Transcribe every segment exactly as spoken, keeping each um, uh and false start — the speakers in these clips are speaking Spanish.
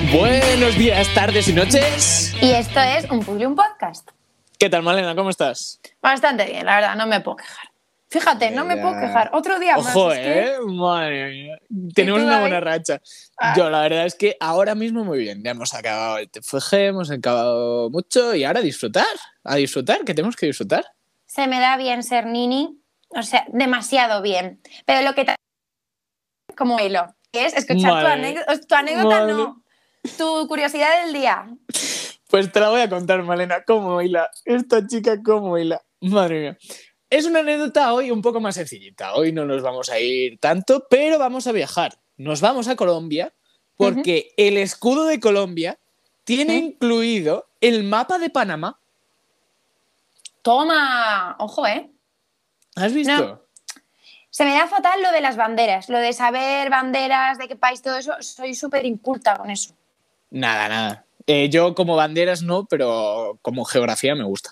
Buenos días, tardes y noches. Y esto es Un Puzzle, un podcast. ¿Qué tal, Malena? ¿Cómo estás? Bastante bien, la verdad, no me puedo quejar. Fíjate, no me puedo quejar. Otro día más. Ojo, es que... ¿eh? Madre mía. Tenemos tú, una David? buena racha. Ah. Yo, la verdad es que ahora mismo muy bien. Ya hemos acabado el T F G, hemos acabado mucho y ahora a disfrutar. A disfrutar, que tenemos que disfrutar. Se me da bien ser nini, o sea, demasiado bien. Pero lo que te... como hilo, es escuchar tu Madre. anécdota, tu anécdota Madre. no, tu curiosidad del día. Pues te la voy a contar, Malena, cómo hila. Esta chica, cómo hila. Madre mía. Es una anécdota hoy un poco más sencillita. Hoy no nos vamos a ir tanto, pero vamos a viajar. Nos vamos a Colombia porque uh-huh. el escudo de Colombia tiene ¿Eh? incluido el mapa de Panamá. Toma, ojo, ¿eh? ¿Has visto? No. Se me da fatal lo de las banderas, lo de saber banderas, de qué país, todo eso. Soy súper inculta con eso. Nada, nada. Eh, yo como banderas no, pero como geografía me gusta.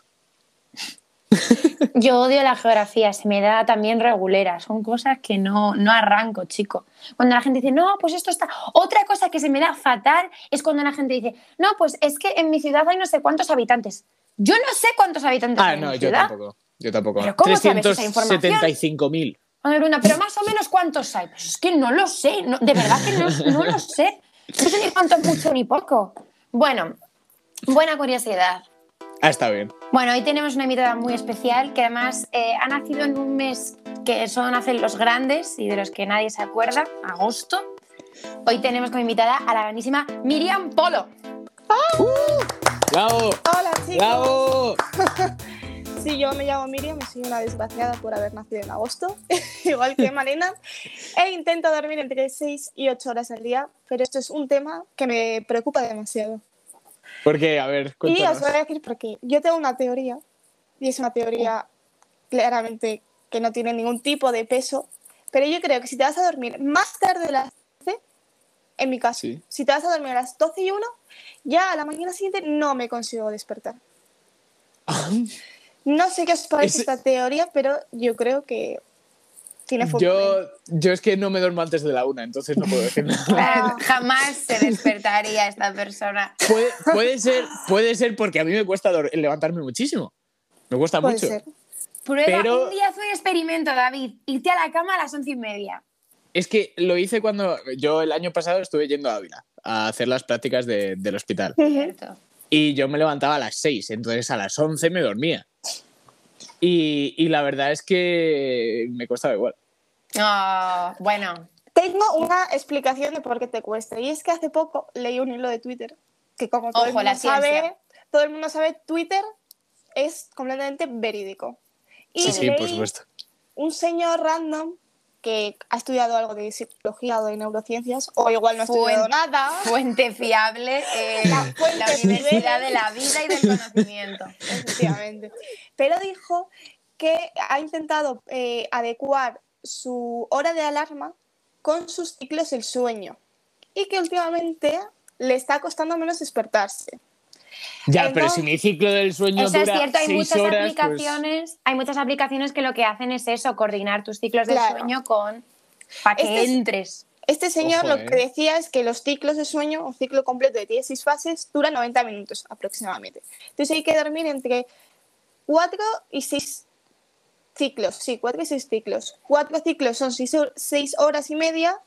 Yo odio la geografía, se me da también regulera. Son cosas que no, no arranco, chico. Cuando la gente dice, no, pues esto está... Otra cosa que se me da fatal es cuando la gente dice, no, pues es que en mi ciudad hay no sé cuántos habitantes. Yo no sé cuántos habitantes ah, hay no, en mi yo ciudad. tampoco. Yo tampoco. ¿Pero cómo sabes esa información? trescientos setenta y cinco mil. Pero más o menos ¿cuántos hay? Pues es que no lo sé, no, de verdad que no, no lo sé. No sé ni cuánto es mucho ni poco. Bueno, buena curiosidad. Ah, está bien. Bueno, hoy tenemos una invitada muy especial que además eh, ha nacido en un mes que son hacen los grandes y de los que nadie se acuerda, agosto. Hoy tenemos como invitada a la grandísima Miriam Polo. ¡Uh! ¡Bravo! Hola, chicos. ¡Bravo! Sí, yo me llamo Miriam y soy una desgraciada por haber nacido en agosto, igual que Malena. E intento dormir entre seis y ocho horas al día, pero esto es un tema que me preocupa demasiado. ¿Por qué? A ver, cuéntanos. Y os voy a decir por qué. Yo tengo una teoría, y es una teoría claramente que no tiene ningún tipo de peso, pero yo creo que si te vas a dormir más tarde de las doce, en mi caso, sí. si te vas a dormir a las doce y uno, ya a la mañana siguiente no me consigo despertar. No sé qué os parece Ese... esta teoría, pero yo creo que tiene yo, yo es que no me duermo antes de la una, entonces no puedo decir nada. Claro, jamás se despertaría esta persona. Puede, puede, ser, puede ser porque a mí me cuesta levantarme muchísimo. Me cuesta puede mucho. Ser. Prueba pero... un día, haz un experimento, David. Irte a la cama a las once y media. Es que lo hice cuando yo el año pasado estuve yendo a Ávila a hacer las prácticas de, del hospital. Cierto. Y yo me levantaba a las seis, entonces a las once me dormía. Y, y la verdad es que me costaba igual. Oh, bueno. Tengo una explicación de por qué te cuesta. Y es que hace poco leí un hilo de Twitter que como todo, Ojo, el, mundo sabe, todo el mundo sabe, Twitter es completamente verídico. Y sí, sí, leí por supuesto. Un señor random que ha estudiado algo de psicología o de neurociencias, o igual no ha estudiado fuente, nada. Fuente fiable, eh, la, fuente la Universidad de la Vida y del Conocimiento. Efectivamente. Pero dijo que ha intentado eh, adecuar su hora de alarma con sus ciclos del sueño y que últimamente le está costando menos despertarse. Ya, Entonces, pero si mi ciclo del sueño eso dura es cierto, hay seis muchas horas, aplicaciones, pues... hay muchas aplicaciones que lo que hacen es eso, coordinar tus ciclos del claro. sueño con para que este entres. Este señor Ojo, lo que eh. decía es que los ciclos de sueño, un ciclo completo de dieciséis fases, dura noventa minutos aproximadamente. Entonces hay que dormir entre cuatro y seis ciclos. Sí, cuatro y seis ciclos. cuatro ciclos son seis horas y media.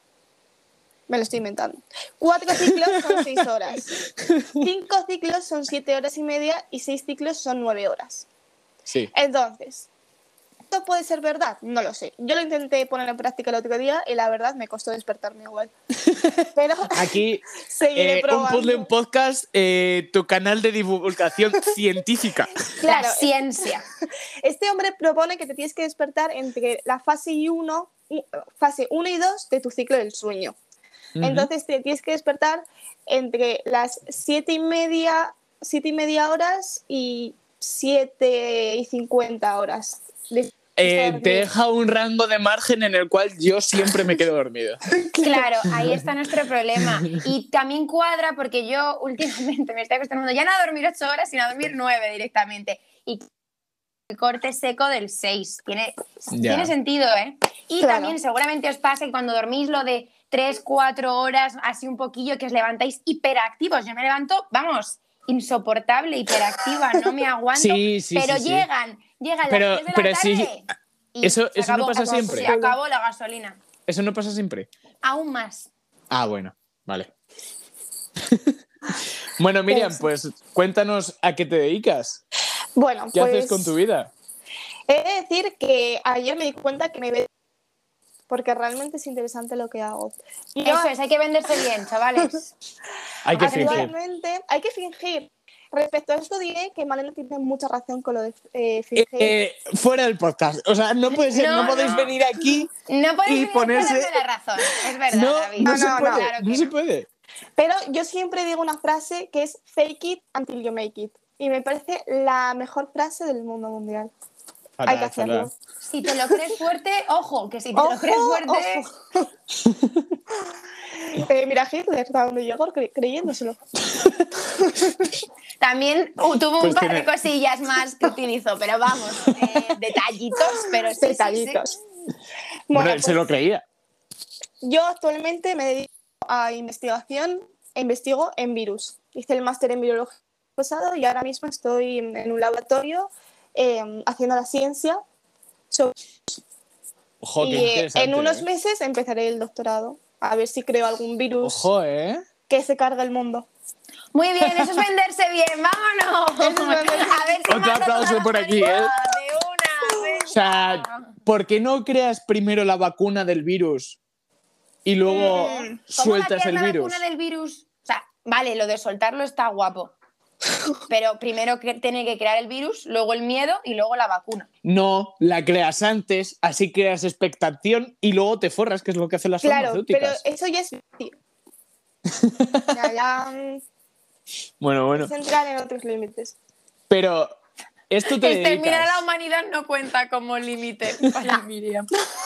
Me lo estoy inventando. cuatro ciclos son seis horas. cinco ciclos son siete horas y media y seis ciclos son nueve horas. Sí. Entonces, ¿esto puede ser verdad? No lo sé. Yo lo intenté poner en práctica el otro día y la verdad me costó despertarme igual. Pero aquí seguiré eh, probando. Un Puzzle en Podcast, eh, tu canal de divulgación científica. Claro, la ciencia. Este hombre propone que te tienes que despertar entre la fase uno, fase uno y dos de tu ciclo del sueño. Uh-huh. Entonces te tienes que despertar entre las siete y media, siete y media horas y siete y cincuenta horas. Eh, te deja un rango de margen en el cual yo siempre me quedo dormido. Claro, ahí está nuestro problema. Y también cuadra porque yo últimamente me estoy acostumbrando ya no a dormir ocho horas, sino a dormir nueve directamente. Y corte seco del seis. Tiene, Ya. tiene sentido, ¿eh? Y Claro. también seguramente os pasa que cuando dormís lo de tres, cuatro horas, así un poquillo, que os levantáis hiperactivos. Yo me levanto, vamos, insoportable, hiperactiva, no me aguanto. Sí, sí, pero sí, sí. llegan, llegan Pero- las tres de la pero tarde sí, y eso- se eso no acabó, pasa se siempre. acabó la gasolina. Eso no pasa siempre. Aún más. Ah, bueno, vale. Bueno, Miriam, pues cuéntanos a qué te dedicas. Bueno, ¿Qué pues haces con tu vida? he de decir que ayer me di cuenta que me ve porque realmente es interesante lo que hago. Y yo Eso es, hay que venderse bien, chavales. Hay que fingir. actualmente hay que fingir. Respecto a esto diré que Malena tiene mucha razón con lo de eh, fingir. Eh, fuera del podcast. O sea, no puede ser, no, No, podéis no. venir aquí. No podéis Y venir ponerse- a darme la razón. Es verdad, No, David. no, No, se no, puede. no, claro que no se no. puede. Pero yo siempre digo una frase que es fake it until you make it. Y me parece la mejor frase del mundo mundial. Fatal, hay que hacerlo. fatal. Si te lo crees fuerte, ojo, que si te lo Ojo, crees fuerte. ojo. Eh, mira, Hitler, a donde llegó cre- creyéndoselo. También uh, tuvo Pues un par tiene- de cosillas más que utilizó, pero vamos, eh, detallitos, pero sí, sí, sí. Detallitos. Bueno, Bueno, él se pues, lo creía. yo actualmente me dedico a investigación e investigo en virus. Hice el máster en biología pasado y ahora mismo estoy en en un laboratorio eh, haciendo la ciencia. sobre- Ojo, qué y eh, interesante. en unos ¿eh? meses empezaré el doctorado. A ver si creo algún virus Ojo, ¿eh? que se cargue el mundo. Muy bien, eso es venderse bien, vámonos. Eso es venderse A ver si Otro mata aplauso toda la por aquí, humanidad, ¿eh? De una, venga. O sea, ¿por qué no creas primero la vacuna del virus y luego Mm, ¿Cómo sueltas hacías el la virus? vacuna del virus? O sea, vale, lo de soltarlo está guapo. Pero primero que tiene que crear el virus, luego el miedo y luego la vacuna. No, la creas antes, así creas expectación y luego te forras, que es lo que hacen las Claro, pero farmacéuticas. eso ya es... Ya, ya mm, Bueno, bueno. es entrar en otros límites. Pero esto te Exterminar a dedicas. la humanidad no cuenta como límite para Miriam.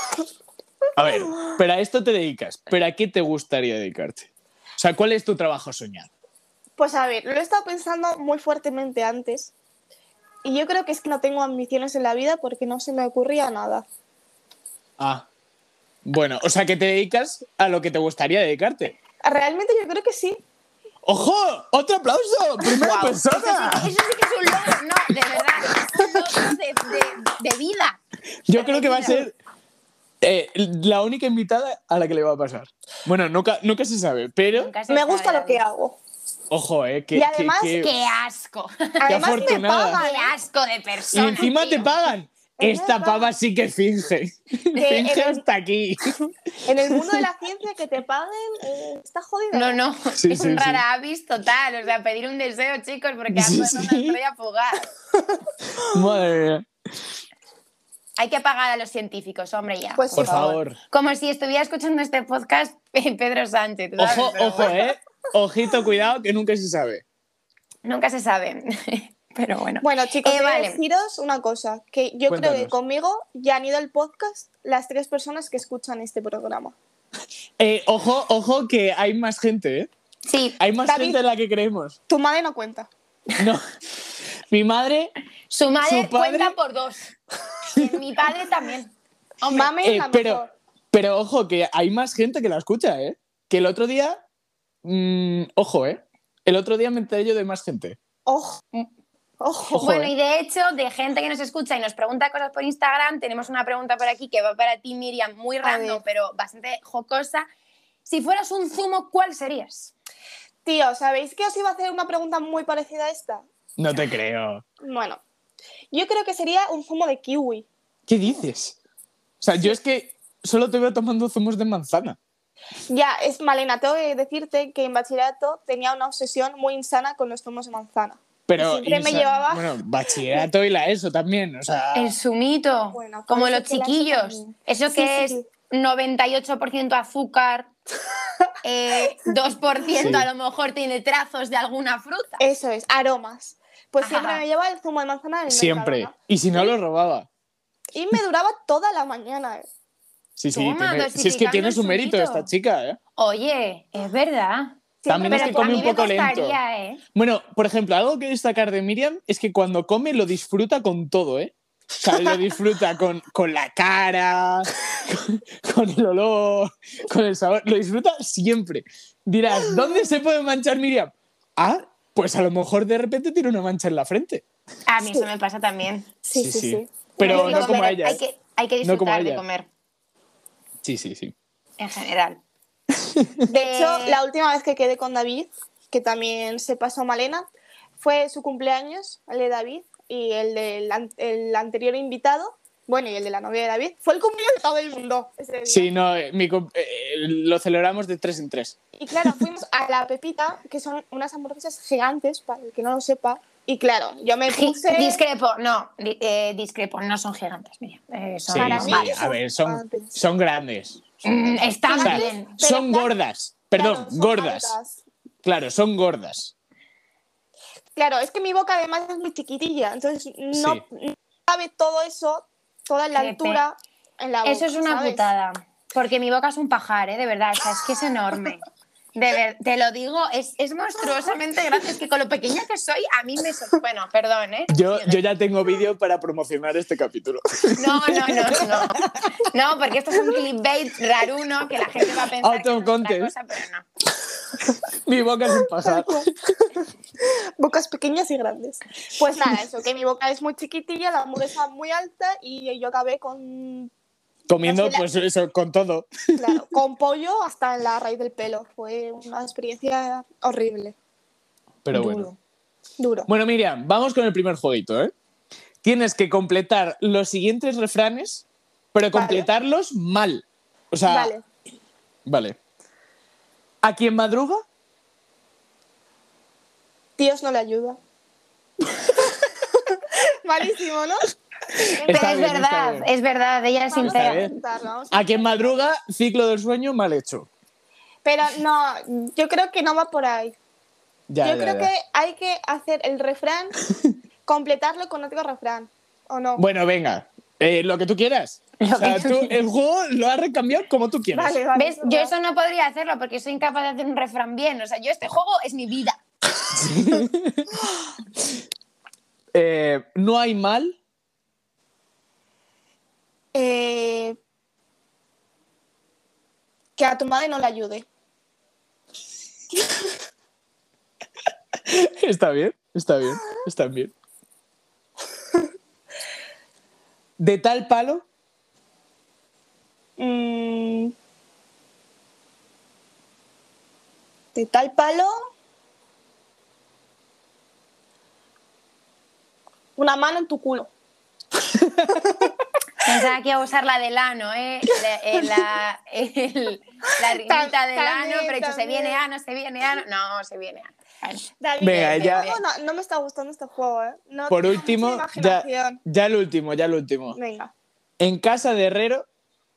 A ver, pero a esto te dedicas. ¿Pero a qué te gustaría dedicarte? O sea, ¿cuál es tu trabajo soñado? Pues a ver, lo he estado pensando muy fuertemente antes y yo creo que es que no tengo ambiciones en la vida porque no se me ocurría nada. Ah. Bueno, o sea, que te dedicas a lo que te gustaría dedicarte. Realmente yo creo que sí. ¡Ojo! ¡Otro aplauso! ¡Primera Guau, persona! Eso sí, eso sí que es un logro, no, de verdad, es un logro de, de- de vida. Yo De creo que va a vida. ser eh, la única invitada a la que le va a pasar. Bueno, nunca, nunca se sabe, pero Nunca se Me sabe, gusta lo que David. hago. ojo, eh, que, Y además que- que- ¡Qué asco! Además me afortunada. pagan. ¡Qué asco de Y persona! encima te tío. pagan. Es Esta verdad. pava sí que finge. Que Finge en el- hasta aquí. En el mundo de la ciencia que te paguen eh, está jodido. No, no, Sí, es sí, un sí. rara avis total. O sea, pedir un deseo, chicos, porque Sí, a todos sí. una estrella fugaz. Madre mía. Hay que pagar a los científicos, hombre, ya. Pues sí. Por favor. Como si estuviera escuchando este podcast Pedro Sánchez. ¿sabes? Ojo, Pero ojo, bueno, eh. Ojito, cuidado, que nunca se sabe. Nunca se sabe. Pero bueno. Bueno, chicos, Eh, voy a vale. deciros una cosa, que yo creo Cuéntanos. que conmigo ya han ido al podcast las tres personas que escuchan este programa. Eh, ojo, ojo, que hay más gente, ¿eh? Sí, Hay más David. gente de la que creemos. Tu madre no cuenta. No. Mi madre, su madre su padre- cuenta por dos. Y mi padre también. Hombre, Mame es eh, la pero, mejor. pero ojo, que hay más gente que la escucha, ¿eh? Que el otro día. mm, ojo, ¿eh? El otro día me enteré yo de más gente. Ojo. Ojo. Ojo, bueno, eh. y de hecho, de gente que nos escucha y nos pregunta cosas por Instagram, tenemos una pregunta por aquí que va para ti, Miriam, muy random, ver. pero bastante jocosa. Si fueras un zumo, ¿cuál serías? Tío, ¿sabéis que os iba a hacer una pregunta muy parecida a esta? No te creo. Bueno, yo creo que sería un zumo de kiwi. ¿Qué dices? O sea, yo es que solo te veo tomando zumos de manzana. Ya, es Malena, tengo que decirte que en bachillerato tenía una obsesión muy insana con los zumos de manzana. Pero Siempre me Isa- llevaba- Bueno, bachillerato y la ESO también, o sea... El zumito, Bueno, como puede los ser que la chiquillos. también. Eso Sí, que sí, es noventa y ocho por ciento azúcar, eh, dos por ciento Sí. a lo mejor tiene trazos de alguna fruta. Eso es, aromas. Pues siempre Ajá. me llevaba el zumo de manzana del Siempre. Mercadona. Y si no, lo robaba. Y me duraba toda la mañana. eh. Sí, sí. Toma, tiene- si es que dosificando tiene el su mérito zumito. esta chica, ¿eh? Oye, es verdad. También Siempre es me que la a come mí un me poco lento. costaría, ¿eh? Bueno, por ejemplo, algo que destacar de Miriam es que cuando come lo disfruta con todo, ¿eh? O sea, lo disfruta con, con la cara, con, con el olor, con el sabor. Lo disfruta siempre. Dirás, ¿dónde se puede manchar Miriam? Ah, pues a lo mejor de repente tiene una mancha en la frente. A mí eso me pasa también. Sí, sí, sí. Pero Hay que no como comer, ella. Hay ¿eh? que, hay que No como disfrutar de ella. comer, Sí, sí, sí. en general. De hecho, Eh, la última vez que quedé con David, que también se pasó Malena, fue su cumpleaños, el de David, y el del an- el anterior invitado, bueno, y el de la novia de David, fue el cumpleaños de todo el mundo ese día. Sí, no, eh, mi cum- eh, lo celebramos de tres en tres. Y claro, fuimos a la Pepita, que son unas hamburguesas gigantes, para el que no lo sepa, y claro, yo me gi- puse... Discrepo, no, di- eh, discrepo, no son gigantes, mira. Eh, son Sí, Para sí, mí normales. a ver, son, gigantes. son grandes. Mm, están O sea, bien. Pero son plan- gordas. Perdón, claro, son gordas. altas. Claro, son gordas. Claro, es que mi boca además es muy chiquitilla, entonces no, Sí. no cabe todo eso, toda la Qué altura en la boca. Eso es una ¿sabes? putada. Porque mi boca es un pajar, ¿eh? De verdad, o sea, es que es enorme. De ver, te lo digo, es, es monstruosamente grande. Es que con lo pequeña que soy, a mí me... sor- Bueno, perdón, ¿eh? Yo, Sigue. yo ya tengo vídeo para promocionar este capítulo. No, no, no, no. No, porque esto es un clickbait raruno que la gente va a pensar que es otra Autocontent. cosa, pero no. Mi boca es un pajar. Bocas pequeñas y grandes. Pues nada, eso, que mi boca es muy chiquitilla, la hamburguesa muy alta y yo acabé con, Comiendo, No sé, la- pues eso, con todo. claro, con pollo hasta en la raíz del pelo. Fue una experiencia horrible, Pero Duro. bueno. duro. Bueno, Miriam, vamos con el primer jueguito, ¿eh? Tienes que completar los siguientes refranes, pero Vale. completarlos mal. O sea, Vale, vale. ¿A quién madruga? Dios no le ayuda. Malísimo, ¿no? Pero Está es bien, está verdad, bien. es verdad, ella es Vamos a sincera. bien. intentarlo, vamos a ¿A quién madruga? Ciclo del sueño mal hecho. Pero no, yo creo que no va por ahí. Ya, yo ya, creo ya. que hay que hacer el refrán, completarlo con otro refrán, ¿o no? Bueno, venga. Eh, lo que tú quieras. Lo O sea, que tú tú quieras. el juego lo has recambiado como tú quieras. Vale, vale. ¿Ves? Yo eso no podría hacerlo porque soy incapaz de hacer un refrán bien. O sea, yo este juego es mi vida. Eh, no hay mal. Eh, que a tu madre no le ayude. Está bien, está bien, está bien. De tal palo. Mm, de tal palo. Una mano en tu culo. Pensaba que iba a usar la del ano, ¿eh? La, eh, la, el- la rimita Tam- del ano, también, pero he dicho, ¿se también. viene ano, se viene ano? No, se viene ano. Vale. David, Venga, este ya- juego no, no me está gustando este juego, ¿eh? No Por tengo último, mucha ya, imaginación. ya el último, ya el último. Venga. En casa de herrero.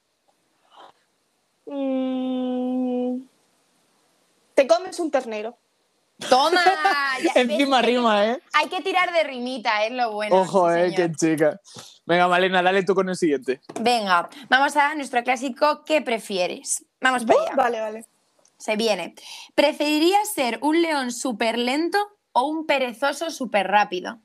Mm, te comes un ternero. ¡Toma! Ya- Encima ¿ves? rima, ¿eh? Hay que tirar de rimita, es lo bueno. Ojo, sí, eh, qué señor. chica. Venga, Malena, dale tú con el siguiente. Venga, vamos a nuestro clásico ¿qué prefieres? Vamos para allá. Vale, vale. Se viene. ¿Preferirías ser un león súper lento o un perezoso súper rápido?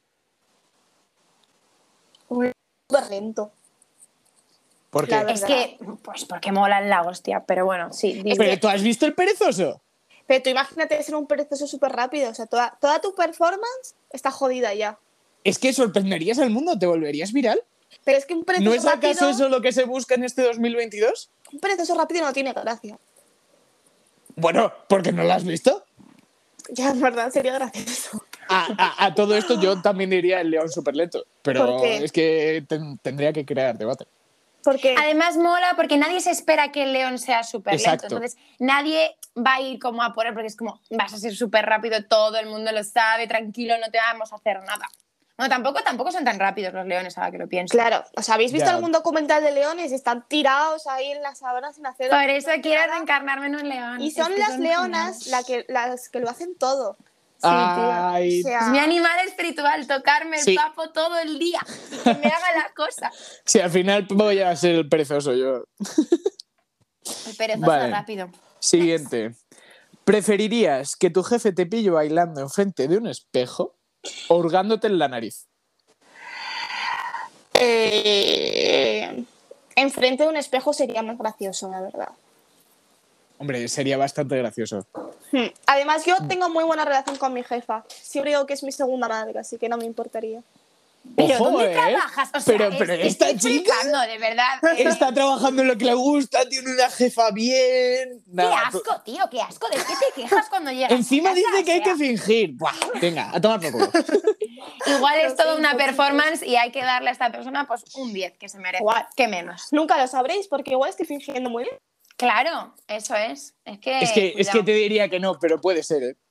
Súper lento. ¿Por qué? La verdad. Es que, pues porque molan la hostia, pero bueno, sí. di- Pero tú has visto el perezoso. Pero tú imagínate ser un perezoso súper rápido. O sea, toda, toda tu performance está jodida ya. Es que sorprenderías al mundo, te volverías viral. Pero es que un perezoso ¿No es acaso rápido, eso lo que se busca en este dos mil veintidós? un perezoso rápido no tiene gracia. Bueno, porque no lo has visto. Ya, en verdad, sería gracioso. A, a- a todo esto yo también diría el león súper lento. Pero ¿Por qué? es que ten- tendría que crear debate. Porque Además mola porque nadie se espera que el león sea súper lento. Exacto. Entonces nadie va a ir como a por él porque es como vas a ser súper rápido, todo el mundo lo sabe, tranquilo, no te vamos a hacer nada. Bueno, tampoco, tampoco son tan rápidos los leones, ahora que lo pienso. claro, o sea, ¿habéis visto Ya. algún documental de leones? Están tirados ahí en las sabanas sin hacer... Por eso quiero nada. reencarnarme en un león. Y Es son que las leonas geniales. la que, las que lo hacen todo. Sí, tío. Ay, O sea, Es mi animal espiritual, tocarme el Sí. papo todo el día y que me haga la cosa. sí, al final voy a ser el perezoso yo. El perezoso Vale. rápido. Siguiente. ¿Preferirías que tu jefe te pille bailando enfrente de un espejo o hurgándote en la nariz? Eh, enfrente de un espejo sería más gracioso, la verdad. Hombre, sería bastante gracioso. Hmm. Además, yo tengo muy buena relación con mi jefa. Siempre digo que es mi segunda madre, así que no me importaría. ¿Pero Ojo, dónde ¿eh? trabajas? O sea, Pero- es- pero estoy esta chica flipando, de verdad. eh. Está trabajando en lo que le gusta, tiene una jefa bien. ¡Qué Nada, asco, tío! ¡Qué asco! ¿De qué te quejas cuando llegas Encima a casa? dice que hay O sea, que fingir. Buah, venga, a tomar por culo. igual es Lo toda una siento, performance y hay que darle a esta persona pues un diez que se merece. Guau. ¿Qué menos? Nunca lo sabréis porque igual estoy fingiendo muy bien. Claro, eso es. Es que, Es que, es cuidado. que te diría que no, pero puede ser, ¿eh?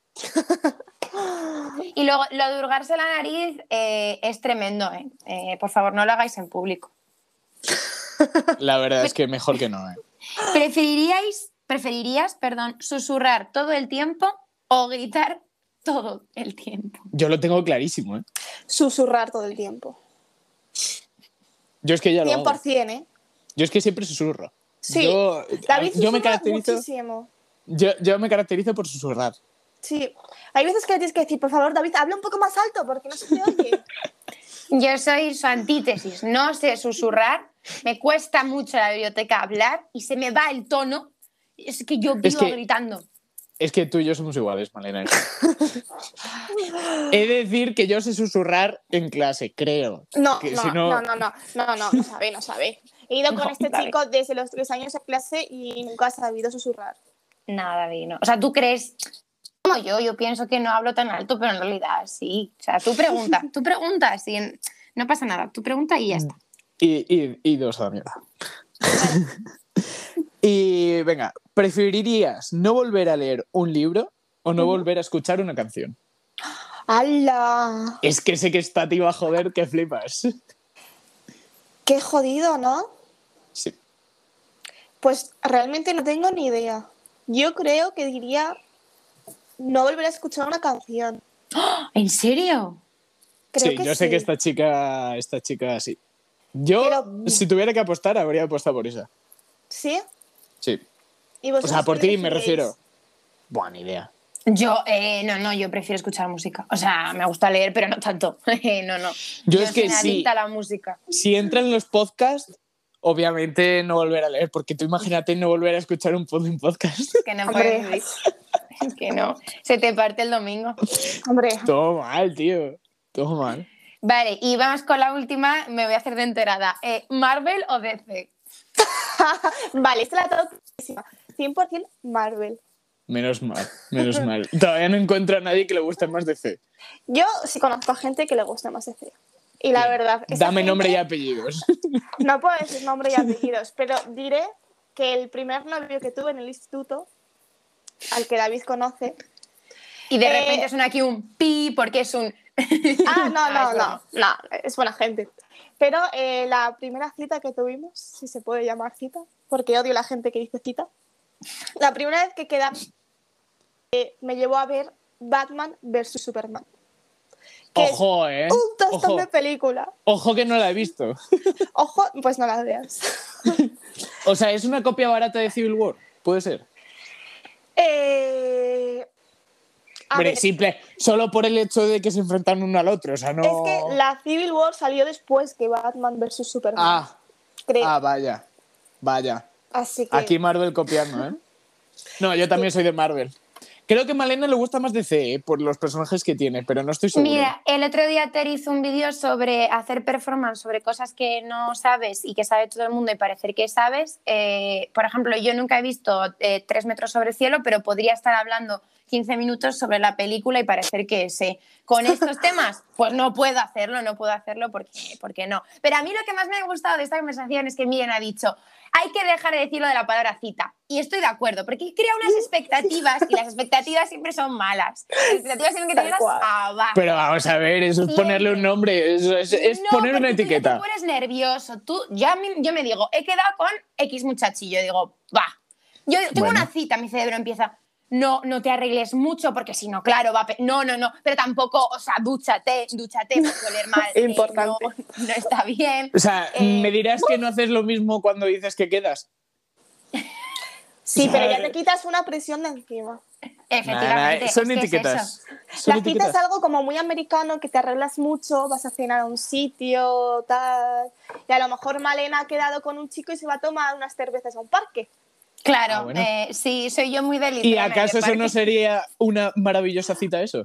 Y luego, lo de hurgarse la nariz eh, es tremendo, ¿eh? Eh, Por favor, no lo hagáis en público. La verdad es que mejor que no, ¿eh? ¿Preferiríais, preferirías, perdón, susurrar todo el tiempo o gritar todo el tiempo? Yo lo tengo clarísimo, ¿eh? Susurrar todo el tiempo. Yo es que ya lo cien por hago. ciento, ¿eh? Yo es que siempre susurro. Sí. Yo, David yo me susurra caracterizo, muchísimo. yo, yo me caracterizo por susurrar. Sí. Hay veces que le tienes que decir, por favor, David, habla un poco más alto porque no se te oye. Yo soy su antítesis, no sé susurrar, me cuesta mucho en la biblioteca hablar y se me va el tono, es que yo vivo Es que- gritando. Es que tú y yo somos iguales, Malena. He de decir que yo sé susurrar en clase, creo. No, Que no, si no, no, no, no, no, no sabe, no sabe. He ido con No, este David. chico desde los tres años a clase y nunca ha sabido susurrar. Nada, David, no. O sea, tú crees, como yo, yo pienso que no hablo tan alto, pero en realidad sí. O sea, tú pregunta, tú pregunta, sí, no pasa nada, tú pregunta y ya está. Y, y, y dos a la mierda. Y venga, ¿preferirías no volver a leer un libro o no volver a escuchar una canción? ¡Hala! Es que sé que está te iba a joder que flipas. ¡Qué jodido!, ¿no? Sí. Pues realmente no tengo ni idea. Yo creo que diría no volver a escuchar una canción. ¿En serio? Creo Sí, que yo sé sí. que esta chica, esta chica sí. Yo, Pero- si tuviera que apostar, habría apostado por esa. ¿Sí? Sí. ¿Y O vosotros sea, por qué ti me elegiríais? refiero. Buena idea. Yo, eh, no, no, yo prefiero escuchar música. O sea, me gusta leer, pero no tanto. no, no. Yo es que soy sí. adicta a la música. Si entran los podcasts, obviamente no volver a leer, porque tú imagínate no volver a escuchar un, pod- un podcast. Que no Hombre. puedes vivir. Es que no. Se te parte el domingo. Hombre, Todo mal, tío. Todo mal. Vale, y vamos con la última. Me voy a hacer de enterada. Eh, ¿Marvel o D C? vale, esta la tengo clarísima. cien por ciento Marvel. Menos mal, menos mal. Todavía no encuentro a nadie que le guste más D C. Yo sí conozco a gente que le gusta más ese. Y la Bien. verdad, esa Dame gente- nombre y apellidos. No puedo decir nombre y apellidos, pero diré que el primer novio que tuve en el instituto, al que David conoce... Y de Eh, repente suena aquí un pi porque es un... Ah, no, es no, broma. no, no, es buena gente. Pero eh, la primera cita que tuvimos, si se puede llamar cita, porque odio la gente que dice cita, la primera vez que quedamos eh, me llevó a ver Batman versus Superman. Que es Ojo, eh. un tostón Ojo. de película. Ojo que no la he visto. Ojo, pues no la veas. O sea, es una copia barata de Civil War. Puede ser. Eh, a Hombre, ver, simple. Solo por el hecho de que se enfrentan uno al otro. O sea, no. es que la Civil War salió después que Batman versus Superman. Ah, creo. ah, vaya. Vaya. Así que Aquí Marvel copiando, ¿eh? No, yo también soy de Marvel. Creo que a Malena le gusta más D C, ¿eh? Por los personajes que tiene, pero no estoy seguro. Mira, el otro día Ter hizo un vídeo sobre hacer performance, sobre cosas que no sabes y que sabe todo el mundo y parecer que sabes. Eh, por ejemplo, yo nunca he visto eh, Tres metros sobre el cielo, pero podría estar hablando quince minutos sobre la película y parecer que sé. Con estos temas, pues no puedo hacerlo, no puedo hacerlo porque, porque no. Pero a mí lo que más me ha gustado de esta conversación es que Miriam ha dicho, hay que dejar de decir lo de la palabra cita. Y estoy de acuerdo, porque crea unas expectativas y las expectativas siempre son malas. Las expectativas tienen que Tal tenerlas cual. abajo. Pero vamos a ver, eso es Siempre. ponerle un nombre, eso es, es No, poner una porque tú ya etiqueta. te pones nervioso. Tú, yo, a mí- yo me digo, he quedado con X muchachillo. Digo, va. Yo tengo Bueno. una cita, mi cerebro empieza. No, no te arregles mucho porque si no, claro, va a... pe- No, no, no. Pero tampoco, o sea, dúchate, dúchate, puede oler mal. eh, Importante. no, no está bien. O sea, Eh, ¿me dirás que no haces lo mismo cuando dices que quedas? sí, pero ya Vale. te quitas una presión de encima. Efectivamente, Son es que es etiquetas. eso. Son La cita etiquetas. es algo como muy americano, que te arreglas mucho, vas a cenar a un sitio, tal. Y a lo mejor Malena ha quedado con un chico y se va a tomar unas cervezas a un parque. Claro, Ah, bueno. eh, sí, soy yo muy de ¿Y Litrona acaso de eso no parque. sería una maravillosa cita eso?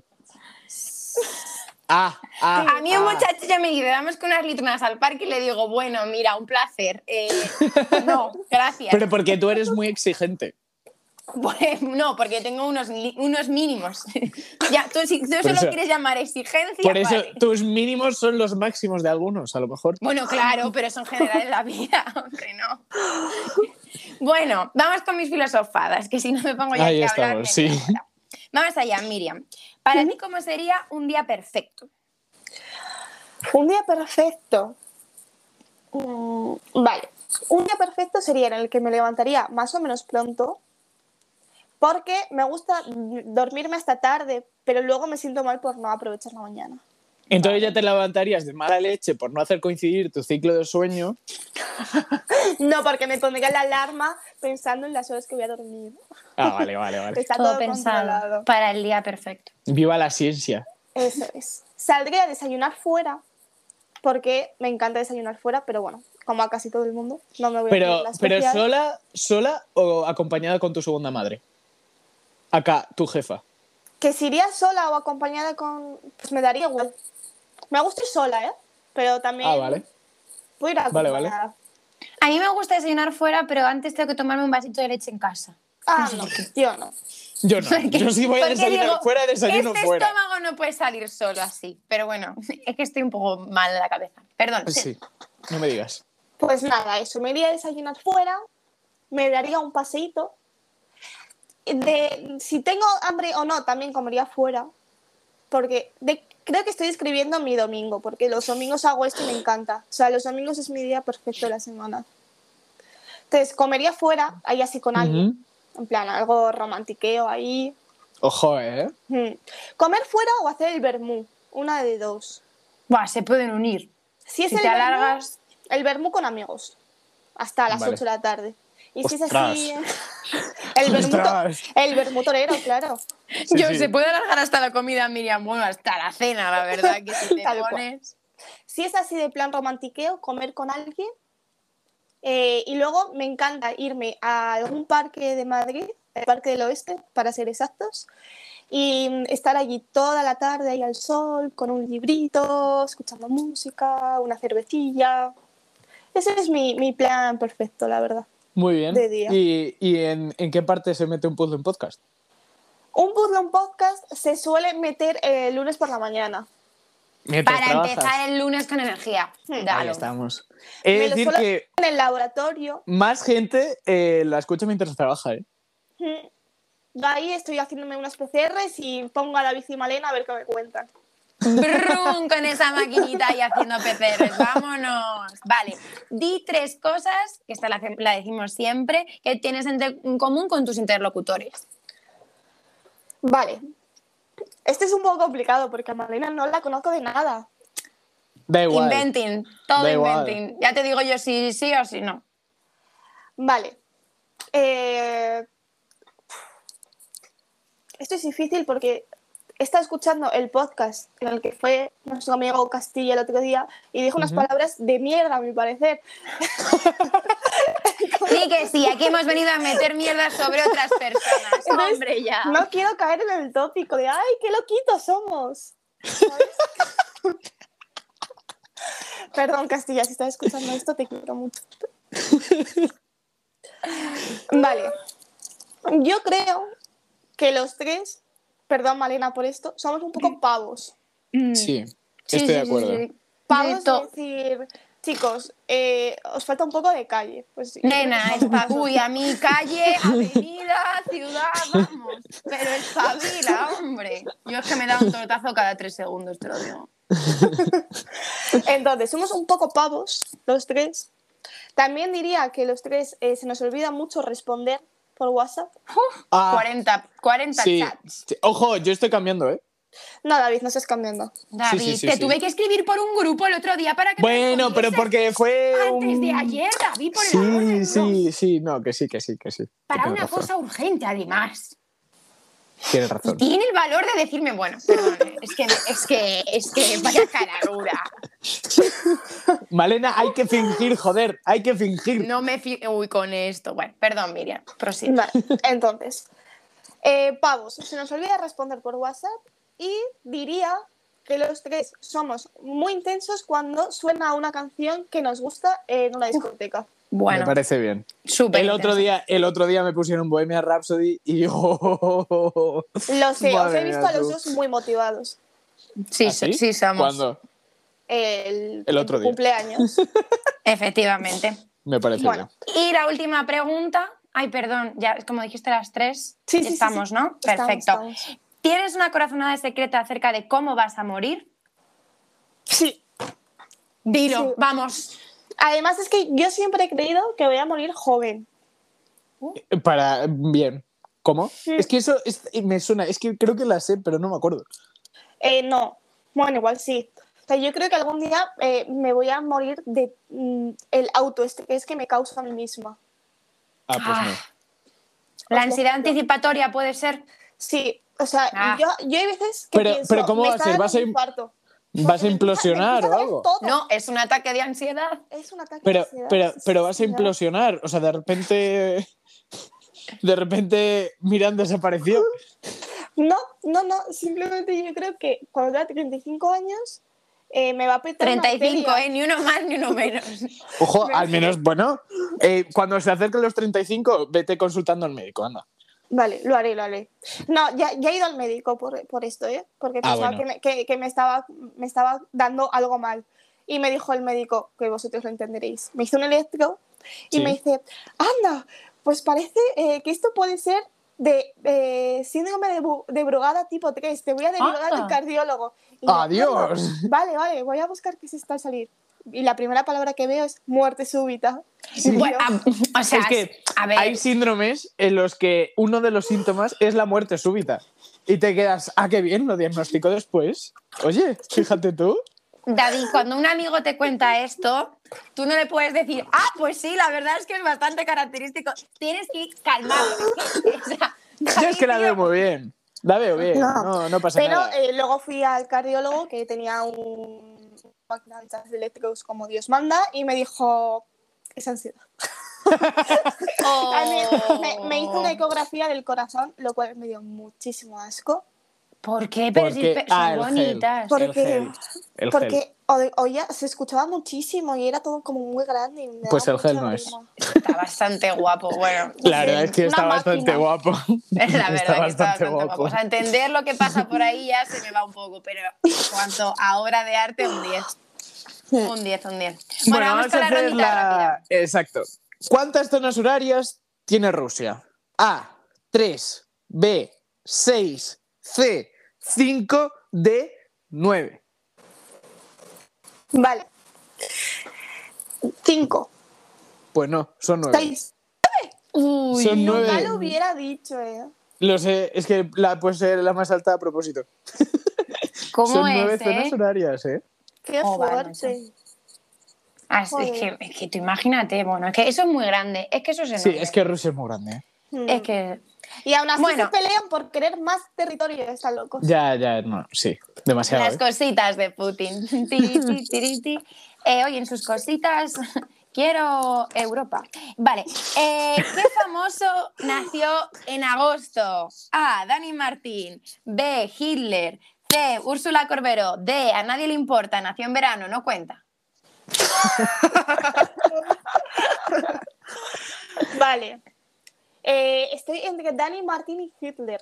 Ah, ah, A mí un ah. muchacho ya me dice, vamos con unas litronas al parque y le digo, bueno, mira, un placer. Eh, pues no, gracias. Pero porque tú eres muy exigente. Pues no, porque tengo unos, li- unos mínimos. Ya, tú, si tú eso eso- lo quieres llamar exigencia, Por eso vale. tus mínimos son los máximos de algunos, a lo mejor. Bueno, claro, pero eso en general en la vida, hombre, no. Bueno, vamos con mis filosofadas, que si no me pongo ya Ahí aquí a hablar estamos, media sí. hora. Vamos allá, Miriam. Para ti, ¿cómo sería un día perfecto? Un día perfecto. Mm, vale. Un día perfecto sería en el que me levantaría más o menos pronto, porque me gusta dormirme hasta tarde, pero luego me siento mal por no aprovechar la mañana. Entonces ya te levantarías de mala leche por no hacer coincidir tu ciclo de sueño. No, porque me pondría la alarma pensando en las horas que voy a dormir. Ah, vale, vale, vale. Está Todo todo, pensado controlado. para el día perfecto. Viva la ciencia. Eso es. Saldría a desayunar fuera, porque me encanta desayunar fuera, pero bueno, como a casi todo el mundo, no me voy a Pero, poner la pero especial. sola, sola o acompañada con tu segunda madre. Acá, tu jefa. Que si iría sola o acompañada con... Pues me daría igual. Me gusta ir sola, ¿eh? Pero también... Ah, vale. Puedo ir Vale, acompañada. vale. A mí me gusta desayunar fuera, pero antes tengo que tomarme un vasito de leche en casa. Ah, no, yo no. Yo no. Porque- Yo sí voy a porque desayunar digo, fuera, desayuno este fuera. estómago no puede salir solo así. Pero bueno, es que estoy un poco mal de la cabeza. Perdón. sí. Sí, no me digas. Pues nada, eso. Me iría a desayunar fuera, me daría un paseíto. De, si tengo hambre o no, también comería fuera. Porque de- creo que estoy escribiendo mi domingo, porque los domingos hago esto y me encanta. O sea, los domingos es mi día perfecto de la semana. Entonces, comería fuera, ahí así con alguien. Ujú. En plan, algo romantiqueo ahí. Ojo, ¿eh? Hmm. Comer fuera o hacer el vermú. Una de dos. Buah, se pueden unir. Si es Si el te vermú, alargas... el vermú con amigos. Hasta las Vale. ocho de la tarde. Y si es Ostras. así... El vermú, to- Ostras. el vermú torero, claro. Sí, Yo, sí. se puede alargar hasta la comida, Miriam. Bueno, hasta la cena, la verdad, que si te Tal cual. pones... Si es así de plan romantiqueo, comer con alguien. Eh, y luego me encanta irme a algún parque de Madrid, el Parque del Oeste, para ser exactos, y mm, estar allí toda la tarde ahí al sol, con un librito, escuchando música, una cervecilla. Ese es mi, mi plan perfecto, la verdad. Muy bien. De día. ¿Y, y en, en qué parte se mete un puzzle en podcast? Un puzzle en podcast se suele meter el lunes por la mañana. Mientras Para trabajas. empezar el lunes con energía. Hmm. Ahí Dalo. estamos. Me Es lo decir suelo que en el laboratorio. más gente eh, la escucha mientras trabaja, ¿eh? Hmm. Yo ahí estoy haciéndome unas P C Rs y pongo a la bici Malena a ver qué me cuentan. Brum, con esa maquinita ahí haciendo P C Rs. Vámonos. Vale. Di tres cosas, que esta la, la decimos siempre, que tienes en, te- en común con tus interlocutores. Vale. Este es un poco complicado porque a Malena no la conozco de nada. Da igual. Inventing. Todo Da igual. inventing. Ya te digo yo si sí o si no. Vale. Eh, Esto es difícil porque he estado escuchando el podcast en el que fue nuestro amigo Castilla el otro día y dijo unas Ujú. palabras de mierda, a mi parecer. Sí que sí, aquí hemos venido a meter mierda sobre otras personas. Entonces, Hombre, ya. No quiero caer en el tópico de ¡ay, qué loquitos somos! ¿Sabes? Perdón, Castilla, si estás escuchando esto, te quiero mucho. Vale. Yo creo que los tres, perdón Malena por esto, somos un poco pavos. Mm. Sí, Sí, estoy sí, de sí, acuerdo. sí. Pavos To- es decir, chicos, eh, os falta un poco de calle. Pues sí, Nena, yo creo que espa- uy, a mí calle, avenida, ciudad, vamos. Pero espabila, hombre. Yo es que me da un tortazo cada tres segundos, te lo digo. Entonces, somos un poco pavos, los tres. También diría que los tres eh, se nos olvida mucho responder por WhatsApp. Ah, cuarenta, cuarenta sí. chats. Sí. Ojo, yo estoy cambiando, ¿eh? No, David, no estás cambiando. David, Sí, sí, sí, te sí. tuve que escribir por un grupo el otro día para que me Bueno, pero respondieses. porque fue Antes de un- ayer, David, por el amor de Sí, Dios. sí, sí, no, que sí, que sí, que sí. que Para tienes una razón. cosa urgente, además. Tienes razón. Tiene el valor de decirme, bueno, perdón, es que, es que, es que vaya cara dura. Malena, hay que fingir, joder, hay que fingir. No me fi... Uy, con esto. Bueno, perdón, Miriam, prosigue. Vale, entonces, eh, pavos, se nos olvida responder por WhatsApp y diría que los tres somos muy intensos cuando suena una canción que nos gusta en una discoteca. Bueno, Me parece bien. súper El otro, intenso. día, el otro día me pusieron Bohemian Rhapsody y yo... Lo sé, os Madre he visto mía, a los tú. dos muy motivados. Sí, ¿Ah, sí? sí somos. ¿Cuándo? El, El otro en tu día. cumpleaños. Efectivamente. Me parece Bueno. bien. Y la última pregunta. Ay, perdón, ya como dijiste las tres, Sí, sí, sí, estamos, sí. ¿no? Estamos, Perfecto. estamos. ¿Tienes una corazonada secreta acerca de cómo vas a morir? Sí. Dilo, Sí. vamos. Además es que yo siempre he creído que voy a morir joven. Para... Bien. ¿Cómo? Sí. Es que eso es- me suena, es que creo que la sé, pero no me acuerdo. Eh, no, bueno, igual sí. O sea, yo creo que algún día eh, me voy a morir de mm, el autoestrés que me causa a mí misma. Ah, pues Ah, no. La Os lo ansiedad juro. anticipatoria puede ser. Sí, o sea, Ah. yo, yo hay veces que Pero- pienso, pero ¿cómo me va a está ser? dando ¿Vas a un im- infarto. ¿Vas a Porque me empieza- me implosionar empieza o a doler algo? todo. No, es un ataque de ansiedad. Es un ataque de Pero, ansiedad. pero, sí, pero sí, vas a sí, ya. implosionar. O sea, de repente... De repente Miran desapareció. No, no, no, simplemente yo creo que cuando tenga treinta y cinco años eh, me va a petar una treinta y cinco, arteria. ¿eh? Ni uno más ni uno menos. Ojo, al menos, bueno, eh, cuando se acerquen los treinta y cinco, vete consultando al médico, anda. Vale, lo haré, lo haré. No, ya, ya he ido al médico por, por esto, ¿eh? Porque Ah, pensaba bueno. que, me, que, que me, estaba, me estaba dando algo mal. Y me dijo el médico, que vosotros lo entenderéis, me hizo un electro y Sí. me dice, anda, pues parece eh, que esto puede ser de eh, síndrome de, Bu- de Brugada tipo tres, te voy a derivar Anda. al cardiólogo. Y yo, ¡Adiós! "Anda, vale, vale, voy a buscar qué se está a salir. Y la primera palabra que veo es muerte súbita. Y Bueno, yo, a- o sea, Es que a ver, hay síndromes en los que uno de los síntomas es la muerte súbita. Y te quedas, ah, qué bien, lo diagnostico después. Oye, fíjate tú. David, cuando un amigo te cuenta esto, tú no le puedes decir, ah, pues sí, la verdad es que es bastante característico. Tienes que ir calmado. Es que, o sea, Yo es David, que la tío, veo muy bien. La veo bien, No. no, no pasa Pero nada. eh, luego fui al cardiólogo que tenía un máquina de chances eléctricos como Dios manda y me dijo, es ansiedad. oh. También me, me hizo una ecografía del corazón, lo cual me dio muchísimo asco. ¿Por qué? Pero Porque- si pe- ah, son el gel. bonitas. Porque, El gel. El porque gel. o- oía, se escuchaba muchísimo y era todo como muy grande. Y me Pues daba el gel mucha no es. grima. Está bastante guapo. Bueno, La verdad es que Una está bastante máquina. guapo. es la verdad Está que está bastante bastante guapo. guapo. O sea, entender lo que pasa por ahí ya se me va un poco, pero en cuanto a obra de arte, un diez. Un diez, un diez. Bueno, vamos con la hacer rondita rápida. Exacto. ¿Cuántas zonas horarias tiene Rusia? A, tres, B, seis, C, cinco, D, nueve. Vale. Cinco. Pues no, son nueve. Seis. Uy, Son nueve. Ya lo hubiera dicho, eh. Lo sé, es que la, puede ser la más alta a propósito. ¿Cómo Son es, nueve eh? zonas horarias, ¿eh? Qué Oh, vale, fuerte. Ah, es, es que, es que tú imagínate, bueno, es que eso es muy grande, es que eso es enorme. Sí, es que Rusia es muy grande, ¿eh? Mm. Es que... Y aún así Bueno. se pelean por querer más territorio, están locos. Ya, ya, no, sí, demasiado. Las ¿eh? cositas de Putin. Tiri, ti, tiri, ti. Eh, oye, en sus cositas, quiero Europa. Vale, eh, ¿qué famoso nació en agosto? A. Dani Martín. B. Hitler. C. Úrsula Corberó. D. A nadie le importa, nació en verano, no cuenta. Vale. Eh, estoy entre Dani Martín y Hitler.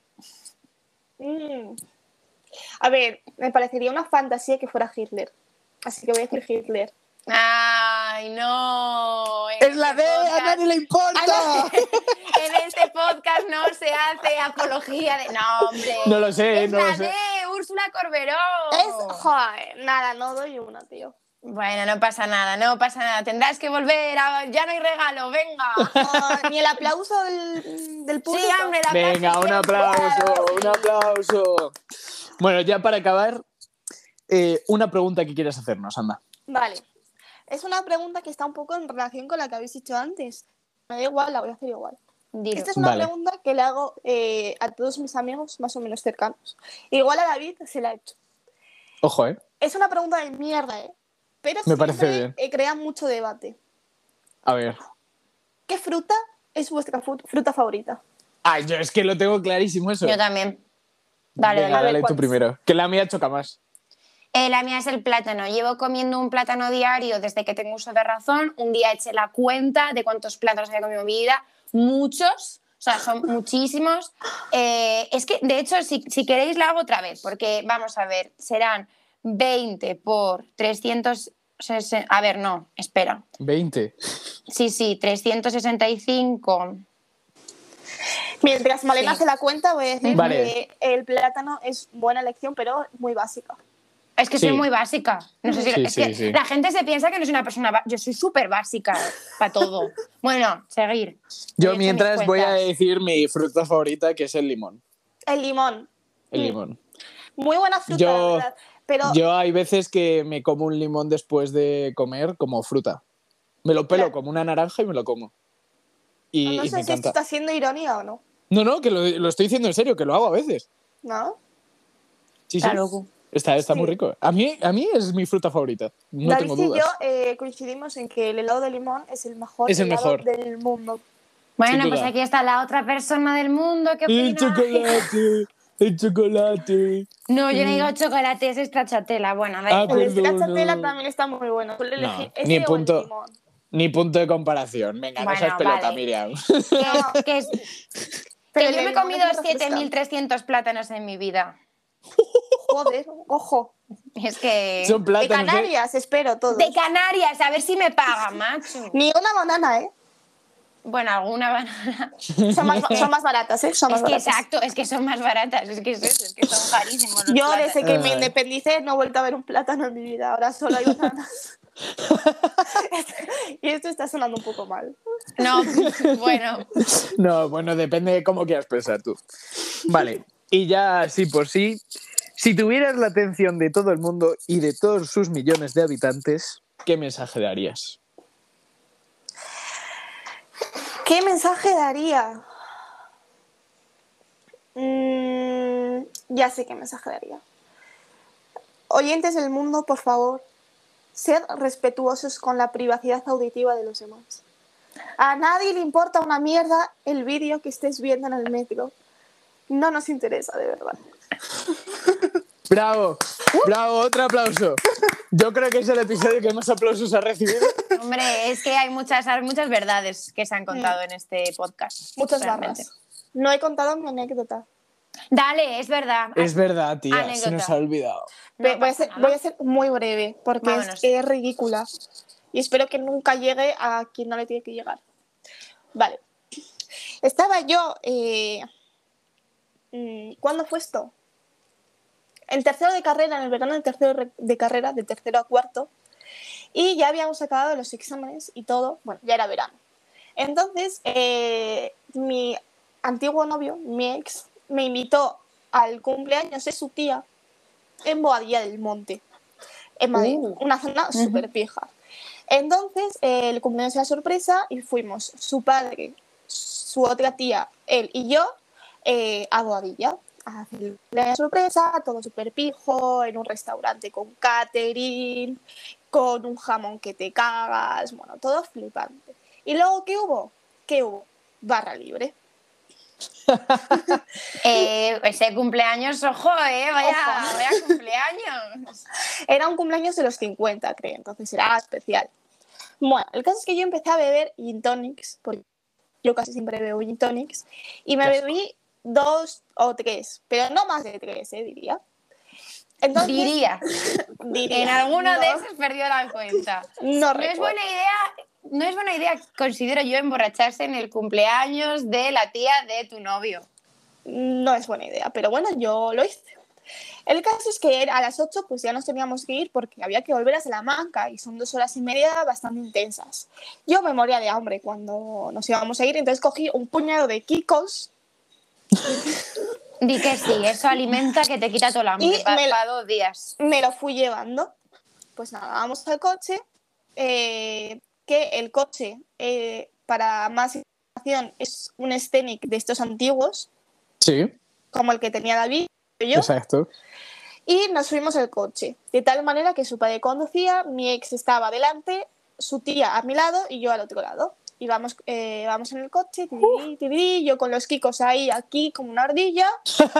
Mm. A ver, me parecería una fantasía que fuera Hitler. Así que voy a decir Hitler. ¡Ay, no! En ¡Es la este D! ¡A podcast- nadie le importa! En este podcast no se hace apología de... No, hombre. No lo sé, Es no la lo sé. de Úrsula Corberó. Es, joder, nada, no doy una, tío. Bueno, no pasa nada, no pasa nada. Tendrás que volver. A... Ya no hay regalo, venga. No, ni el aplauso del, del Sí, público. hombre, la Venga, clase un quiere aplauso, jugar. un aplauso. Bueno, ya para acabar, eh, una pregunta que quieras hacernos, anda. Vale. Es una pregunta que está un poco en relación con la que habéis dicho antes. Me da igual, la voy a hacer igual. Dilo. Esta es una Vale. pregunta que le hago eh, a todos mis amigos más o menos cercanos. Igual a David se la he hecho. Ojo, ¿eh? Es una pregunta de mierda, ¿eh? Pero Me parece siempre bien. eh, crea mucho debate. A ver. ¿Qué fruta es vuestra fu- fruta favorita? Ay, yo es que lo tengo clarísimo eso. Yo también. Dale, Venga, A ver, dale ¿cuál tú es? primero. Que la mía choca más. Eh, la mía es el plátano. Llevo comiendo un plátano diario desde que tengo uso de razón. Un día eché la cuenta de cuántos plátanos había comido en mi vida. Muchos. O sea, son muchísimos. Eh, es que, de hecho, si, si queréis la hago otra vez. Porque, vamos a ver, serán veinte por trescientos sesenta... A ver, no, espera. veinte. Sí, sí, trescientos sesenta y cinco... Mientras Malena Sí. hace la cuenta, voy a decir Vale. que el plátano es buena elección, pero muy básica. Es que Sí. soy muy básica. No sé si Sí, es sí, que sí. la gente se piensa que no soy una persona. ba- Yo soy súper básica para todo. Bueno, seguir. Yo He hecho mientras mis voy a cuentas. decir mi fruta favorita, que es el limón. El limón. El Mm, limón. Muy buena fruta, Yo- la verdad. Pero Yo hay veces que me como un limón después de comer como fruta. Me lo pelo Claro. como una naranja y me lo como. Y, no y sé me si esto encanta. está siendo ironía o no. No, no, que lo, lo estoy diciendo en serio, que lo hago a veces. ¿No? Sí, Está sí. loco. Está, está Sí. muy rico. A mí, a mí es mi fruta favorita. No David tengo y dudas. yo eh, coincidimos en que el helado de limón es el mejor Es el helado mejor. del mundo. Bueno, Sin pues duda. aquí está la otra persona del mundo que El opina. chocolate, el chocolate. No, yo no digo chocolate, es stracciatella. Bueno, da Ah, igual. El Perdona. stracciatella también está muy bueno. Suelo No, elegir ni ese o el punto. limón. Ni punto de comparación. Venga, no Bueno, seas pelota, vale. Miriam. Que, No, que es- pero que el yo de me he limón comido es muy siete mil refrescante. trescientos plátanos en mi vida. Joder, ojo. Es que... Son De plátanos, ¿eh? Canarias, espero, todos. De Canarias, a ver si me paga, macho. Ni una banana, ¿eh? Bueno, alguna banana. Son más, son más baratas, ¿eh? Son más Es que baratas. exacto, es que son más baratas, es que es eso, es que son carísimos los Yo plátanos. desde que me Ay. independicé no he vuelto a ver un plátano en mi vida, ahora solo hay bananas. Y esto está sonando un poco mal. No, bueno, No, bueno, depende de cómo quieras pensar tú. Vale, y ya sí por sí, si tuvieras la atención de todo el mundo y de todos sus millones de habitantes, ¿qué mensaje darías? ¿Qué mensaje daría? Mm, ya sé qué mensaje daría. Oyentes del mundo, por favor, sed respetuosos con la privacidad auditiva de los demás. A nadie le importa una mierda el vídeo que estés viendo en el metro. No nos interesa, de verdad. ¡Bravo! ¡Bravo! Otro aplauso. Yo creo que es el episodio que más aplausos ha recibido. hombre, es que hay muchas, hay muchas verdades que se han contado en este podcast. Muchas realmente. barras. No he contado mi anécdota. Dale, es verdad. Es verdad, tía, Anécdota. se nos ha olvidado. No Ve- voy, a pasa ser, nada. voy a ser muy breve porque es, Vámonos. es ridícula. Y espero que nunca llegue a quien no le tiene que llegar. Vale. Estaba yo... Eh, mm, ¿Cuándo fue esto? En tercero de carrera, en el verano del tercero re- de carrera, de tercero a cuarto. Y ya habíamos acabado los exámenes y todo. Bueno, ya era verano. Entonces, eh, mi antiguo novio, mi ex, me invitó al cumpleaños de su tía en Boadilla del Monte, en Madrid, Uh. una zona súper pija. Entonces, eh, el cumpleaños era sorpresa y fuimos su padre, su otra tía, él y yo eh, a Boadilla a hacer el cumpleaños sorpresa, todo súper pijo, en un restaurante con catering, con un jamón que te cagas, bueno, todo flipante. ¿Y luego qué hubo? ¿Qué hubo? Barra libre. Eh, ese cumpleaños, ojo, eh, vaya, Ojo. vaya cumpleaños. Era un cumpleaños de los cincuenta, creo, entonces era especial. Bueno, el caso es que yo empecé a beber gin tonics, porque yo casi siempre bebo gin tonics, y me Qué asco. bebí dos o tres, pero no más de tres, eh, diría. Entonces, Diría, diría, en alguno no, de esos perdió la cuenta. No, No es recuerdo. buena idea, no es buena idea, considero yo, emborracharse en el cumpleaños de la tía de tu novio. No es buena idea, pero bueno, yo lo hice. El caso es que a las ocho pues ya nos teníamos que ir porque había que volver a Salamanca y son dos horas y media bastante intensas. Yo me moría de hambre cuando nos íbamos a ir, entonces cogí un puñado de Kikos Di que sí, eso alimenta que te quita todo el hambre Y para me la- dos días. me lo fui llevando. Pues nada, vamos al coche, eh, que el coche, eh, para más es un Scenic de estos antiguos, Sí, como el que tenía David y yo, exacto. y nos fuimos al coche, de tal manera que su padre conducía, mi ex estaba delante, su tía a mi lado y yo al otro lado. Y vamos, eh, vamos en el coche, tibiri, tibiri, yo con los kikos ahí, aquí, como una ardilla.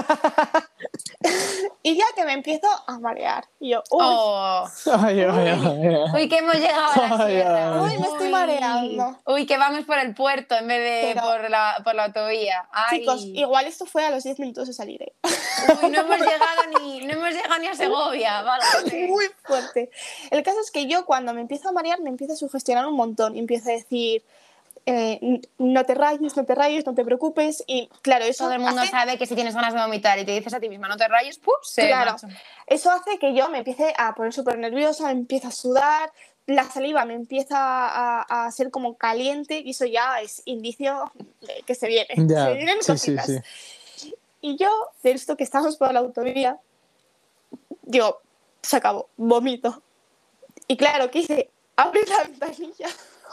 Y ya que me empiezo a marear. Y yo, uy, Oh. Ay, ay, ay, ay. Uy, que hemos llegado a la Ay, sierra. ay. Uy, me estoy mareando. Uy, que vamos por el puerto en vez de Pero- por, la, por la autovía. Ay. chicos, igual esto fue a los diez minutos de salir, ¿eh? Uy, no hemos llegado ni, no hemos llegado ni a Segovia. Vale. Muy fuerte. El caso es que yo cuando me empiezo a marear me empiezo a sugestionar un montón y empiezo a decir, eh, no te rayes, no te rayes, no te preocupes. Y claro, eso Todo el mundo hace, sabe que si tienes ganas de vomitar y te dices a ti misma no te rayes, ¡pum! Se claro, marcha. eso hace que yo me empiece a poner súper nerviosa, me empieza a sudar, la saliva me empieza a, a ser como caliente y eso ya es indicio de que se viene. Ya, Se vienen sí, sí, cositas. sí. Y yo, de esto que estamos por la autovía, digo, se acabó, vomito. Y claro, ¿qué hice? Abrí la ventanilla.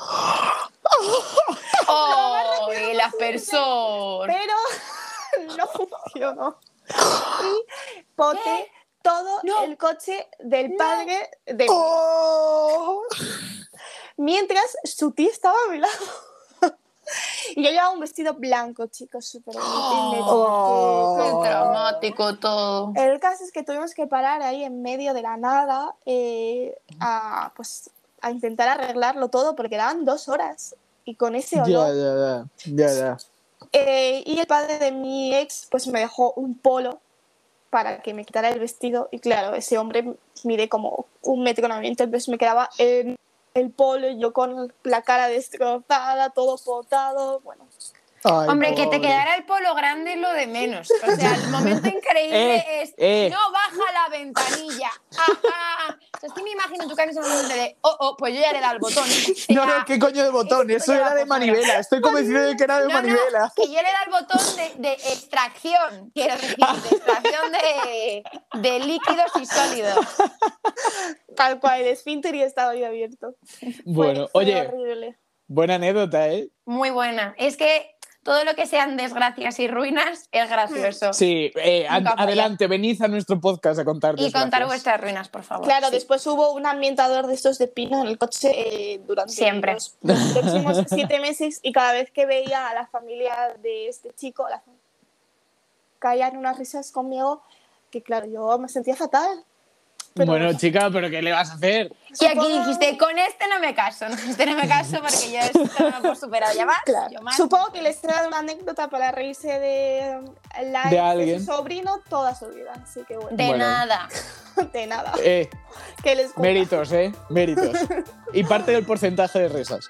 ¡Oh! El aspersor. Pero no funcionó. Y poté todo No. el coche del padre de Oh. mientras su tía estaba a mi lado. Y yo llevaba un vestido blanco, chicos, súper bonito. Oh. Qué dramático todo. El caso es que tuvimos que parar ahí en medio de la nada eh, a, pues, a intentar arreglarlo todo porque daban dos horas. Y con ese Ya, olor. ya, ya, ya, ya. Eh, y el padre de mi ex pues me dejó un polo para que me quitara el vestido y claro, ese hombre mide como un metro noventa, entonces me quedaba en el polo y yo con la cara destrozada, todo potado, bueno. Ay, Hombre, que te pobre. quedara el polo grande es lo de menos. O sea, el momento increíble Eh, es eh. no baja la ventanilla. Ajá. O sea, es que me imagino tú que en ese momento de oh, oh, pues yo ya le he dado el botón. No, no, ¿qué coño de botón? Esto Eso ya era va de por fuera. manivela. Estoy convencido de que era de No, manivela. no, que yo le he dado el botón de, de extracción, quiero decir, de extracción de, de líquidos y sólidos. Tal cual, el esfínter y estaba ahí abierto. Bueno, fue, fue oye, horrible. buena anécdota, ¿eh? Muy buena. Es que todo lo que sean desgracias y ruinas es gracioso. Sí, eh, ad- Nunca falla. adelante, venid a nuestro podcast a contar Y desgracias. contar vuestras ruinas, por favor. Claro, Sí. después hubo un ambientador de estos de pino en el coche eh, durante Siempre. Los, los próximos siete meses y cada vez que veía a la familia de este chico, la, caían unas risas conmigo que claro, yo me sentía fatal. Pero Bueno, chica, ¿pero qué le vas a hacer? Y aquí supongo- dijiste, con este no me caso, no, este no me caso porque yo esto no lo puedo superar. Ya más, Claro. yo más. Supongo que les he dado una anécdota para reírse de la De ex de alguien. su sobrino toda su vida. Así que bueno, De Bueno. nada. de nada. Eh, Que les cuenta. méritos, ¿eh? Méritos. Y parte del porcentaje de risas.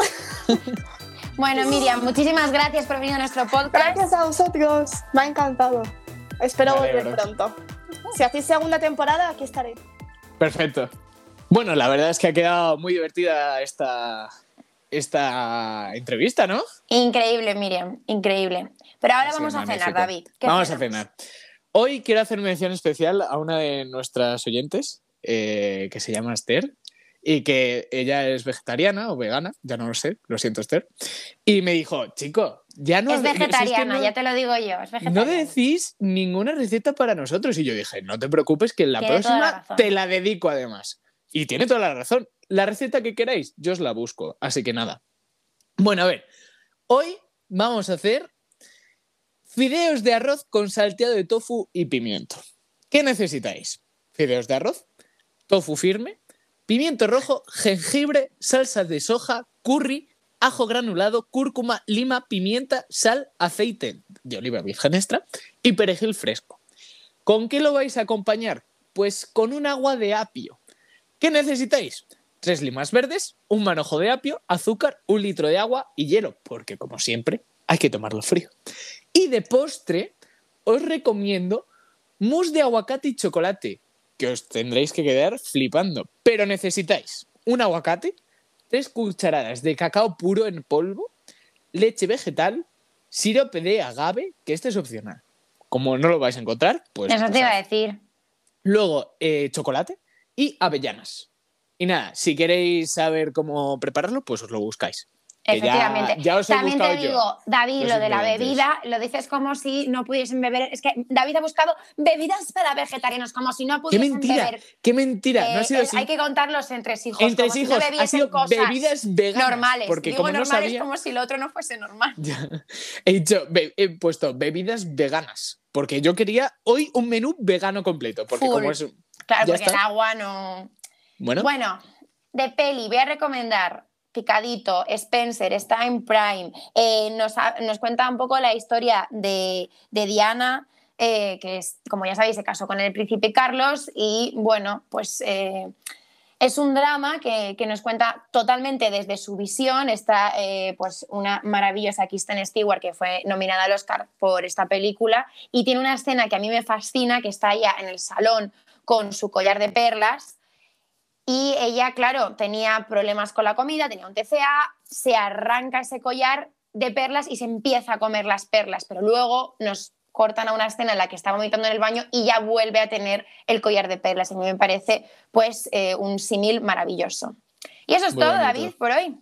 Bueno, Miriam, muchísimas gracias por venir a nuestro podcast. Gracias a vosotros. Me ha encantado. Espero Me volver alegro. pronto. Si hacéis segunda temporada, aquí estaré. Perfecto. Bueno, la verdad es que ha quedado muy divertida esta, esta entrevista, ¿no? Increíble, Miriam, increíble. Pero ahora Ha sido vamos a cenar, magnífico. David. ¿Qué Vamos a cenamos? cenar. Hoy quiero hacer mención especial a una de nuestras oyentes, eh, que se llama Esther, y que ella es vegetariana o vegana, ya no lo sé, lo siento, Esther. Y me dijo, chico, ya no... Es si que vegetariana, no- ya te lo digo yo, es vegetariana. No decís ninguna receta para nosotros. Y yo dije, no te preocupes, que en la Tiene toda la próxima razón. te la dedico además. Y tiene toda la razón. La receta que queráis, yo os la busco. Así que nada. Bueno, a ver. Hoy vamos a hacer fideos de arroz con salteado de tofu y pimiento. ¿Qué necesitáis? Fideos de arroz, tofu firme, pimiento rojo, jengibre, salsa de soja, curry, ajo granulado, cúrcuma, lima, pimienta, sal, aceite de oliva virgen extra y perejil fresco. ¿Con qué lo vais a acompañar? Pues con un agua de apio. ¿Qué necesitáis? Tres limas verdes, un manojo de apio, azúcar, un litro de agua y hielo, porque como siempre hay que tomarlo frío. Y de postre os recomiendo mousse de aguacate y chocolate, que os tendréis que quedar flipando. Pero necesitáis un aguacate, tres cucharadas de cacao puro en polvo, leche vegetal, sirope de agave, que este es opcional. Como no lo vais a encontrar, pues... Eso te iba a usad. decir. Luego, eh, chocolate y avellanas. Y nada, si queréis saber cómo prepararlo, pues os lo buscáis. Que ya, Efectivamente. ya os he También te buscado yo digo, David, los lo de la ingredientes. bebida, lo dices como si no pudiesen beber. Es que David ha buscado bebidas para vegetarianos, como si no ¡Qué pudiesen mentira! beber. ¡Qué mentira! No ha Eh, sido eh, así. hay que contarlos entre hijos, Entre como si hijos, no ha bebiesen sido cosas bebidas veganas. normales. Porque Digo como no normales sabía, como si lo otro no fuese normal. ya, he dicho, be- he puesto bebidas veganas. Porque yo quería hoy un menú vegano completo. Porque Full. como es. Claro, ya porque está. el agua no... Bueno, Bueno, de peli voy a recomendar Picadito, Spencer, está en Prime. Eh, nos, ha- nos cuenta un poco la historia de, de Diana, eh, que es, como ya sabéis, se casó con el príncipe Carlos y bueno, pues eh, es un drama que, que nos cuenta totalmente desde su visión. Está eh, pues una maravillosa Kristen Stewart, que fue nominada al Oscar por esta película, y tiene una escena que a mí me fascina, que está ella en el salón con su collar de perlas. Y ella, claro, tenía problemas con la comida, tenía un T C A, se arranca ese collar de perlas y se empieza a comer las perlas, pero luego nos cortan a una escena en la que está vomitando en el baño y ya vuelve a tener el collar de perlas. A mí me parece pues eh, un símil maravilloso. Y eso es Muy todo, bonito. David, por hoy.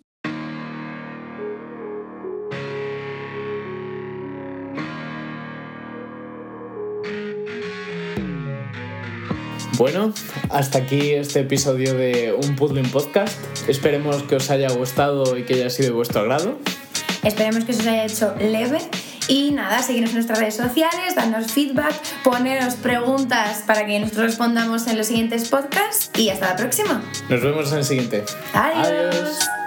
bueno, hasta aquí este episodio de Un Puzzling Podcast. Esperemos que os haya gustado y que haya sido de vuestro agrado. Esperemos que se os haya hecho leve. Y nada, seguidnos en nuestras redes sociales, darnos feedback, poneros preguntas para que nosotros respondamos en los siguientes podcasts. Y hasta la próxima. Nos vemos en el siguiente. Adiós. Adiós.